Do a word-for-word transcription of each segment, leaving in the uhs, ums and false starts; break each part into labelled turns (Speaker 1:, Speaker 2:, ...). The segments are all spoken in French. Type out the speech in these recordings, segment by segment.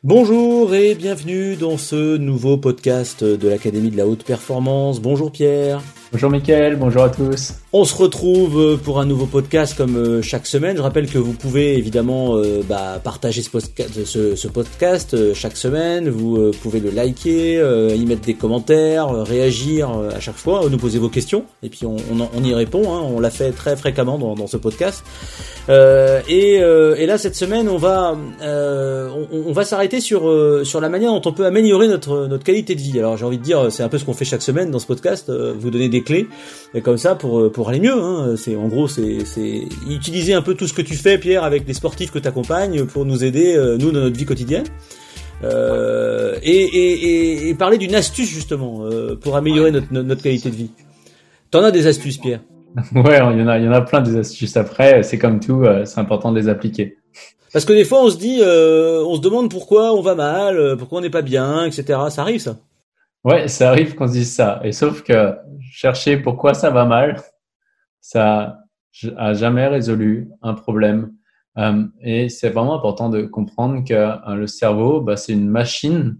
Speaker 1: Bonjour et bienvenue dans ce nouveau podcast de l'Académie de la Haute Performance. Bonjour Pierre.
Speaker 2: Bonjour Mickaël, bonjour à tous.
Speaker 1: On se retrouve pour un nouveau podcast comme chaque semaine. Je rappelle que vous pouvez évidemment euh, bah, partager ce podcast, ce, ce podcast euh, chaque semaine. Vous euh, pouvez le liker, euh, y mettre des commentaires, euh, réagir euh, à chaque fois, nous poser vos questions. Et puis on, on, on y répond. Hein. On l'a fait très fréquemment dans, dans ce podcast. Euh, et, euh, et là cette semaine, on va euh, on, on va s'arrêter sur euh, sur la manière dont on peut améliorer notre notre qualité de vie. Alors j'ai envie de dire, c'est un peu ce qu'on fait chaque semaine dans ce podcast. Euh, vous donner des clés et comme ça pour pour aller mieux. Hein. C'est en gros c'est c'est utiliser un peu tout ce que tu fais, Pierre, avec les sportifs que tu accompagnes pour nous aider euh, nous dans notre vie quotidienne. Euh, et, et, et, et parler d'une astuce justement euh, pour améliorer notre notre qualité de vie. T'en as des astuces, Pierre?
Speaker 2: Ouais, il y en a, il y en a plein des astuces. Après, c'est comme tout, euh, c'est important de les appliquer.
Speaker 1: Parce que des fois, on se dit, euh, on se demande pourquoi on va mal, pourquoi on n'est pas bien, et cetera. Ça arrive, ça?
Speaker 2: Ouais, ça arrive qu'on se dise ça. Et sauf que chercher pourquoi ça va mal, ça a jamais résolu un problème. Euh, et c'est vraiment important de comprendre que euh, le cerveau, bah, c'est une machine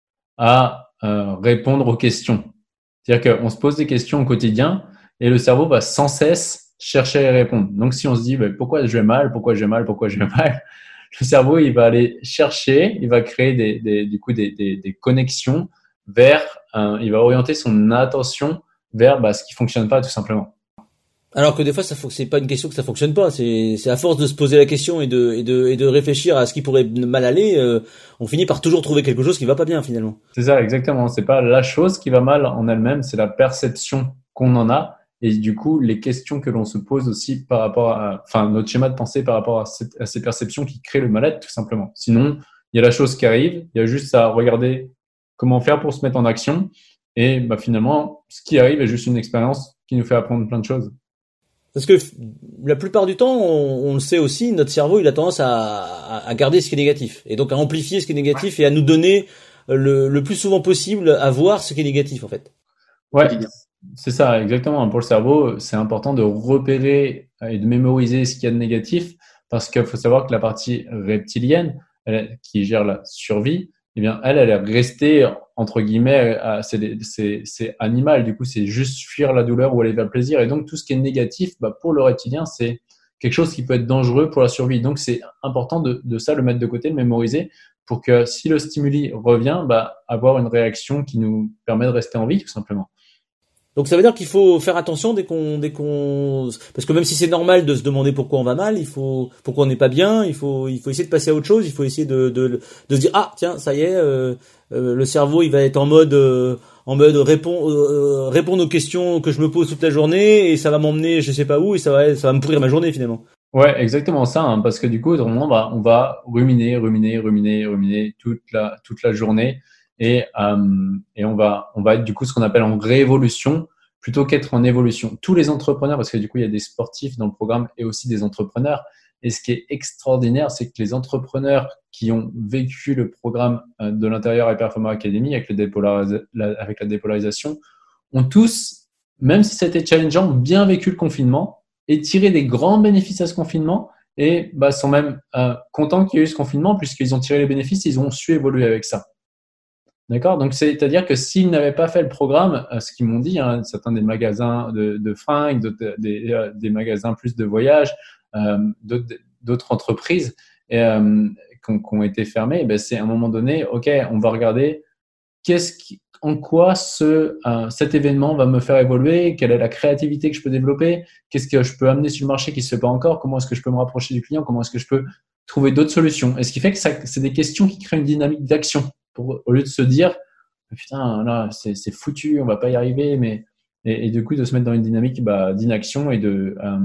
Speaker 2: à euh, répondre aux questions. C'est-à-dire qu'on se pose des questions au quotidien et le cerveau va sans cesse chercher à y répondre. Donc, si on se dit bah, pourquoi je vais mal, pourquoi je vais mal, pourquoi je vais mal, le cerveau il va aller chercher, il va créer des, des du coup des, des, des connexions vers, euh, il va orienter son attention vers bah, ce qui fonctionne pas tout simplement.
Speaker 1: Alors que des fois, ça c'est pas une question que ça fonctionne pas. C'est c'est à force de se poser la question et de et de et de réfléchir à ce qui pourrait mal aller, euh, on finit par toujours trouver quelque chose qui va pas bien finalement.
Speaker 2: C'est ça, exactement. C'est pas la chose qui va mal en elle-même, c'est la perception qu'on en a. Et du coup, les questions que l'on se pose aussi par rapport à, enfin, notre schéma de pensée par rapport à, cette, à ces perceptions qui créent le mal-être, tout simplement. Sinon, il y a la chose qui arrive, il y a juste à regarder comment faire pour se mettre en action. Et bah, finalement, ce qui arrive est juste une expérience qui nous fait apprendre plein de choses.
Speaker 1: Parce que la plupart du temps, on, on le sait aussi, notre cerveau, il a tendance à, à, à garder ce qui est négatif. Et donc à amplifier ce qui est négatif et à nous donner le, le plus souvent possible à voir ce qui est négatif, en fait.
Speaker 2: Ouais. C'est ça, exactement. Pour le cerveau, c'est important de repérer et de mémoriser ce qu'il y a de négatif parce qu'il faut savoir que la partie reptilienne, elle, qui gère la survie, eh bien, elle, elle est restée, entre guillemets, à, c'est, c'est, c'est animal. Du coup, c'est juste fuir la douleur ou aller vers le plaisir. Et donc, tout ce qui est négatif, bah, pour le reptilien, c'est quelque chose qui peut être dangereux pour la survie. Donc, c'est important de, de ça, le mettre de côté, le mémoriser pour que si le stimuli revient, bah, avoir une réaction qui nous permet de rester en vie, tout simplement.
Speaker 1: Donc ça veut dire qu'il faut faire attention dès qu'on dès qu'on parce que même si c'est normal de se demander pourquoi on va mal, il faut pourquoi on n'est pas bien, il faut il faut essayer de passer à autre chose, il faut essayer de de de se dire ah tiens ça y est euh, euh, le cerveau il va être en mode euh, en mode répond euh, répondre aux questions que je me pose toute la journée et ça va m'emmener je sais pas où et ça va ça va me pourrir ma journée finalement.
Speaker 2: Ouais, exactement ça, hein, parce que du coup, on va on va ruminer, ruminer, ruminer, ruminer toute la toute la journée. Et, euh, et on va, on va être du coup ce qu'on appelle en réévolution plutôt qu'être en évolution. Tous les entrepreneurs, parce que du coup, il y a des sportifs dans le programme et aussi des entrepreneurs. Et ce qui est extraordinaire, c'est que les entrepreneurs qui ont vécu le programme de l'intérieur High Performer Academy avec, le dépolaris- la, avec la dépolarisation ont tous, même si c'était challengeant, bien vécu le confinement et tiré des grands bénéfices à ce confinement et bah, sont même euh, contents qu'il y ait eu ce confinement puisqu'ils ont tiré les bénéfices et ils ont su évoluer avec ça. D'accord. Donc, c'est-à-dire que s'ils n'avaient pas fait le programme, euh, ce qu'ils m'ont dit, hein, certains des magasins de, de fringues, d'autres, des, euh, des magasins plus de voyage, euh, d'autres, d'autres entreprises et, euh, qui, ont, qui ont été fermées, ben, c'est à un moment donné, OK, on va regarder qu'est-ce qui, en quoi ce, euh, cet événement va me faire évoluer, quelle est la créativité que je peux développer, qu'est-ce que je peux amener sur le marché qui ne se fait pas encore, comment est-ce que je peux me rapprocher du client, comment est-ce que je peux trouver d'autres solutions. Et ce qui fait que ça, c'est des questions qui créent une dynamique d'action. Pour, au lieu de se dire putain là c'est, c'est foutu on va pas y arriver mais et, et du coup de se mettre dans une dynamique bah, d'inaction et de, euh,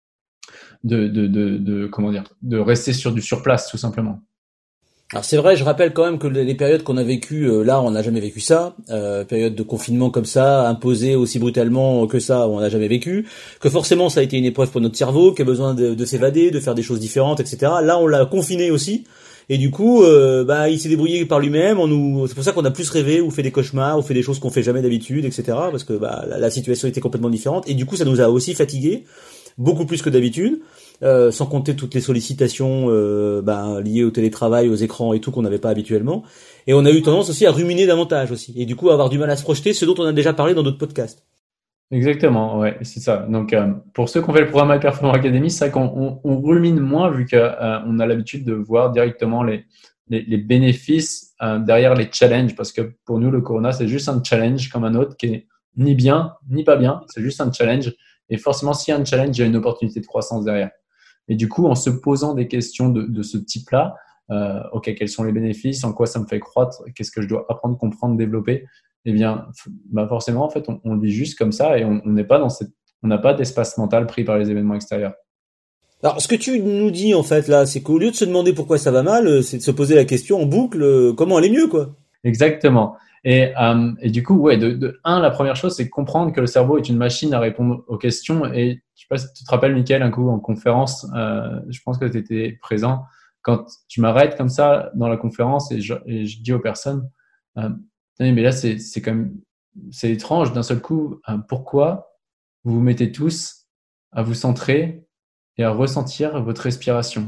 Speaker 2: de, de, de, de comment dire de rester sur du surplace tout simplement.
Speaker 1: Alors c'est vrai, je rappelle quand même que les périodes qu'on a vécues, euh, là on n'a jamais vécu ça, euh, période de confinement comme ça, imposée aussi brutalement que ça, on n'a jamais vécu, que forcément ça a été une épreuve pour notre cerveau, qui a besoin de, de s'évader, de faire des choses différentes, et cetera. Là on l'a confiné aussi, et du coup, euh, bah il s'est débrouillé par lui-même, on nous, c'est pour ça qu'on a plus rêvé, ou fait des cauchemars, ou fait des choses qu'on fait jamais d'habitude, et cetera. Parce que bah la, la situation était complètement différente, et du coup ça nous a aussi fatigués, beaucoup plus que d'habitude. euh, sans compter toutes les sollicitations euh, ben, liées au télétravail, aux écrans et tout qu'on n'avait pas habituellement. Et on a eu tendance aussi à ruminer davantage aussi, et du coup à avoir du mal à se projeter, ce dont on a déjà parlé dans d'autres podcasts.
Speaker 2: Exactement, ouais, c'est ça. Donc, euh, pour ceux qui ont fait le programme High Performance Academy, c'est vrai qu'on on, on rumine moins vu qu'on euh, a l'habitude de voir directement les, les, les bénéfices euh, derrière les challenges. Parce que pour nous, le Corona, c'est juste un challenge comme un autre qui est ni bien, ni pas bien. C'est juste un challenge. Et forcément, s'il y a un challenge, il y a une opportunité de croissance derrière. Et du coup, en se posant des questions de, de ce type-là, euh, OK, quels sont les bénéfices? En quoi ça me fait croître? Qu'est-ce que je dois apprendre, comprendre, développer? Eh bien, bah forcément, en fait, on, on le vit juste comme ça et on n'est pas dans cette, on n'a pas d'espace mental pris par les événements extérieurs.
Speaker 1: Alors, ce que tu nous dis, en fait, là, c'est qu'au lieu de se demander pourquoi ça va mal, c'est de se poser la question en boucle, euh, comment aller mieux, quoi.
Speaker 2: Exactement. Et, euh, et du coup, ouais, de, de un, la première chose, c'est comprendre que le cerveau est une machine à répondre aux questions. Et je sais pas si tu te rappelles, Mickaël, un coup en conférence, euh, je pense que tu étais présent, quand tu m'arrêtes comme ça dans la conférence et je, et je dis aux personnes, euh, mais là, c'est, c'est quand même, c'est étrange d'un seul coup, euh, pourquoi vous vous mettez tous à vous centrer et à ressentir votre respiration.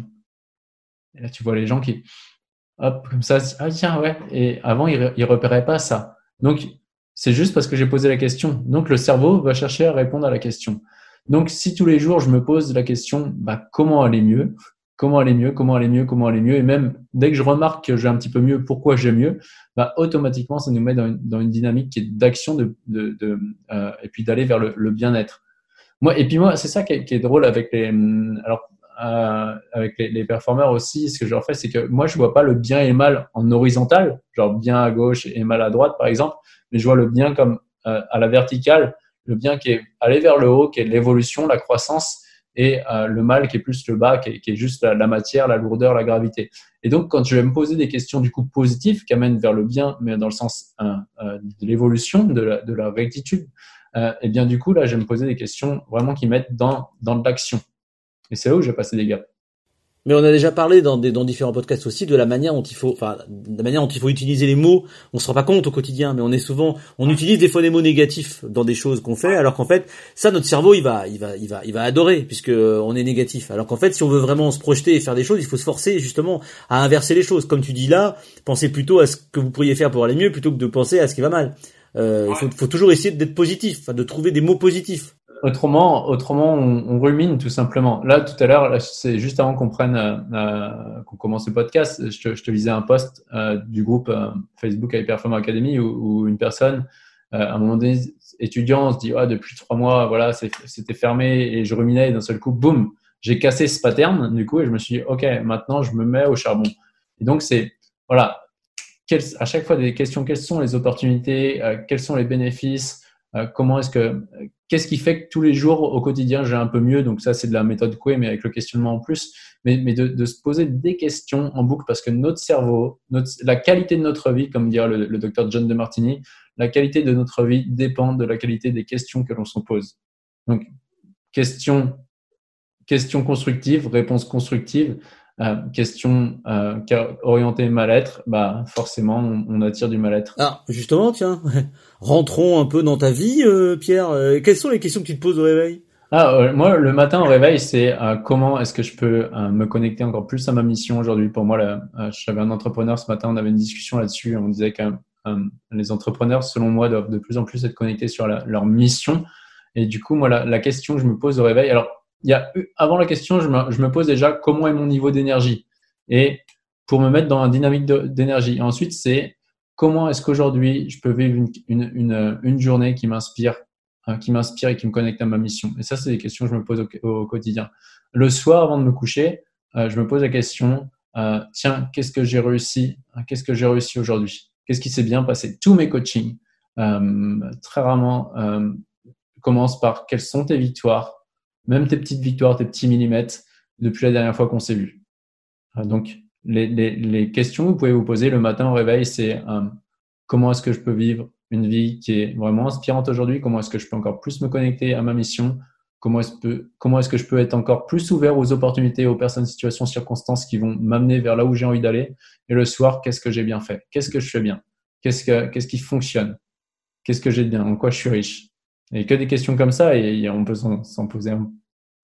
Speaker 2: Et là, tu vois les gens qui, hop, comme ça, ah tiens, ouais. Et avant, ils ne repéraient pas ça. Donc, c'est juste parce que j'ai posé la question. Donc, le cerveau va chercher à répondre à la question. Donc, si tous les jours, je me pose la question, bah, comment aller mieux? Comment aller mieux? Comment aller mieux? Comment aller mieux? Et même, dès que je remarque que j'ai un petit peu mieux, pourquoi j'ai mieux? Bah, automatiquement, ça nous met dans une, dans une dynamique qui est d'action de, de, de euh, et puis d'aller vers le, le bien-être. Moi, et puis moi, c'est ça qui est, qui est drôle avec les, alors, euh, avec les, les performeurs aussi. Ce que je leur fais, c'est que moi, je vois pas le bien et le mal en horizontal, genre bien à gauche et mal à droite, par exemple, mais je vois le bien comme euh, à la verticale, le bien qui est aller vers le haut, qui est l'évolution, la croissance, et euh, le mal qui est plus le bas, qui est, qui est juste la, la matière, la lourdeur, la gravité. Et donc, quand je vais me poser des questions du coup positives qui amènent vers le bien, mais dans le sens euh, euh, de l'évolution, de la, de la rectitude, euh, et bien du coup, là, je vais me poser des questions vraiment qui mettent dans, dans de l'action. Et c'est là où je vais passer des gaps.
Speaker 1: Mais on a déjà parlé dans, des, dans différents podcasts aussi de la manière dont il faut, enfin, de la manière dont il faut utiliser les mots. On se rend pas compte au quotidien, mais on est souvent, on utilise des fois des mots négatifs dans des choses qu'on fait, alors qu'en fait, ça, notre cerveau, il va, il va, il va, il va adorer puisque on est négatif. Alors qu'en fait, si on veut vraiment se projeter et faire des choses, il faut se forcer justement à inverser les choses. Comme tu dis là, pensez plutôt à ce que vous pourriez faire pour aller mieux plutôt que de penser à ce qui va mal. Euh, il faut, faut toujours essayer d'être positif, enfin, de trouver des mots positifs.
Speaker 2: Autrement, autrement, on, on rumine tout simplement. Là, tout à l'heure, c'est juste avant qu'on prenne, euh, qu'on commence le podcast, je te, je te lisais un post euh, du groupe euh, Facebook High Performance Academy où, où une personne, euh, à un moment donné, étudiant, se dit ah, depuis trois mois, voilà, c'était fermé et je ruminais et d'un seul coup, boum, j'ai cassé ce pattern du coup et je me suis dit ok, maintenant je me mets au charbon. Et donc c'est voilà, quelles, à chaque fois des questions, quelles sont les opportunités, euh, quels sont les bénéfices, euh, comment est-ce que qu'est-ce qui fait que tous les jours au quotidien j'ai un peu mieux? Donc ça c'est de la méthode Coué mais avec le questionnement en plus, mais, mais de, de se poser des questions en boucle parce que notre cerveau, notre, la qualité de notre vie, comme dirait le, le docteur John DeMartini, la qualité de notre vie dépend de la qualité des questions que l'on se pose. Donc question, question constructive, réponse constructive. Euh, question euh, orientée mal-être, bah forcément on, on attire du mal-être.
Speaker 1: Ah, justement, tiens, rentrons un peu dans ta vie, euh, Pierre. Euh, quelles sont les questions que tu te poses au réveil?
Speaker 2: Ah, euh, moi, le matin au réveil, c'est euh, comment est-ce que je peux euh, me connecter encore plus à ma mission aujourd'hui. Pour moi, là, euh, j'avais un entrepreneur ce matin, on avait une discussion là-dessus. On disait que euh, les entrepreneurs, selon moi, doivent de plus en plus être connectés sur la, leur mission. Et du coup, moi, la, la question que je me pose au réveil, alors il y a avant la question, je me, je me pose déjà comment est mon niveau d'énergie et pour me mettre dans une dynamique d'énergie. Ensuite, c'est comment est-ce qu'aujourd'hui je peux vivre une, une, une, une journée qui m'inspire, hein, qui m'inspire et qui me connecte à ma mission. Et ça, c'est des questions que je me pose au, au quotidien. Le soir, avant de me coucher, euh, je me pose la question euh, tiens, qu'est-ce que j'ai réussi, qu'est-ce que j'ai réussi aujourd'hui, qu'est-ce qui s'est bien passé. Tous mes coachings, euh, très rarement, euh, commencent par quelles sont tes victoires. Même tes petites victoires, tes petits millimètres depuis la dernière fois qu'on s'est vu. Donc, les, les, les questions que vous pouvez vous poser le matin au réveil, c'est euh, comment est-ce que je peux vivre une vie qui est vraiment inspirante aujourd'hui? Comment est-ce que je peux encore plus me connecter à ma mission? Comment est-ce que, comment est-ce que je peux être encore plus ouvert aux opportunités, aux personnes, situations, circonstances qui vont m'amener vers là où j'ai envie d'aller? Et le soir, qu'est-ce que j'ai bien fait? Qu'est-ce que je fais bien? Qu'est-ce que, qu'est-ce qui fonctionne? Qu'est-ce que j'ai de bien? En quoi je suis riche? Et que des questions comme ça, et on peut s'en, s'en poser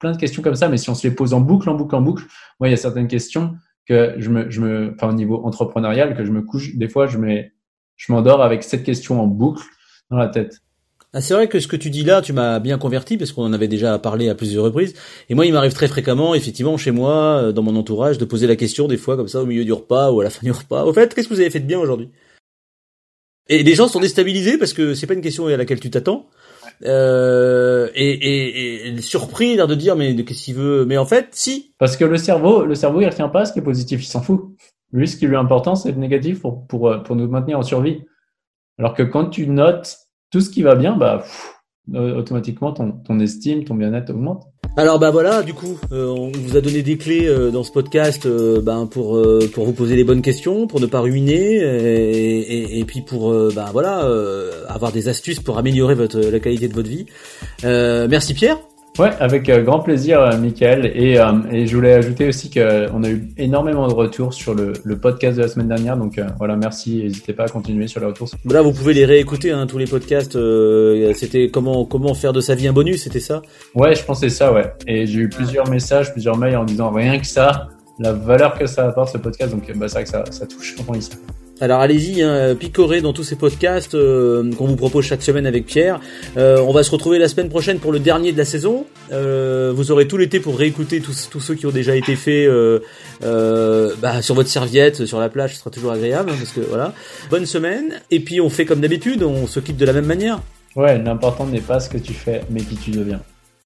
Speaker 2: plein de questions comme ça, mais si on se les pose en boucle, en boucle, en boucle, moi, il y a certaines questions que je me, je me, enfin, au niveau entrepreneurial, que je me couche, des fois, je mets, je m'endors avec cette question en boucle dans la tête.
Speaker 1: Ah, c'est vrai que ce que tu dis là, tu m'as bien converti parce qu'on en avait déjà parlé à plusieurs reprises. Et moi, il m'arrive très fréquemment, effectivement, chez moi, dans mon entourage, de poser la question des fois comme ça au milieu du repas ou à la fin du repas. Au fait, qu'est-ce que vous avez fait de bien aujourd'hui? Et les gens sont déstabilisés parce que c'est pas une question à laquelle tu t'attends. Euh, et, et, et surpris l'air de dire mais qu'est-ce qu'il veut? Mais en fait, si.
Speaker 2: Parce que le cerveau, le cerveau, il retient pas ce qui est positif, il s'en fout. Lui, ce qui lui est important, c'est le négatif pour pour pour nous maintenir en survie. Alors que quand tu notes tout ce qui va bien, bah pff, automatiquement ton ton estime, ton bien-être augmente.
Speaker 1: Alors bah voilà, du coup, euh, on vous a donné des clés euh, dans ce podcast, euh, ben pour euh, pour vous poser les bonnes questions, pour ne pas ruiner, et, et, et puis pour euh, bah voilà euh, avoir des astuces pour améliorer votre la qualité de votre vie. Euh, merci Pierre.
Speaker 2: Ouais, avec euh, grand plaisir, euh, Mickaël. Et, euh, et je voulais ajouter aussi qu'on a eu énormément de retours sur le, le podcast de la semaine dernière. Donc euh, voilà, merci. N'hésitez pas à continuer sur les retours.
Speaker 1: Là, vous pouvez les réécouter, hein, tous les podcasts. Euh, c'était comment comment faire de sa vie un bonus, c'était ça?
Speaker 2: Ouais, je pensais ça, ouais. Et j'ai eu plusieurs messages, plusieurs mails en disant rien que ça, la valeur que ça apporte ce podcast. Donc bah, c'est vrai que ça, ça touche quand on lit ça.
Speaker 1: Alors allez-y, hein, picorez dans tous ces podcasts euh, qu'on vous propose chaque semaine avec Pierre. Euh, on va se retrouver la semaine prochaine pour le dernier de la saison. Euh, vous aurez tout l'été pour réécouter tous, tous ceux qui ont déjà été faits euh, euh, bah, sur votre serviette, sur la plage, ce sera toujours agréable. Hein, parce que voilà. Bonne semaine. Et puis on fait comme d'habitude, on se quitte de la même manière.
Speaker 2: Ouais, l'important n'est pas ce que tu fais, mais qui tu deviens.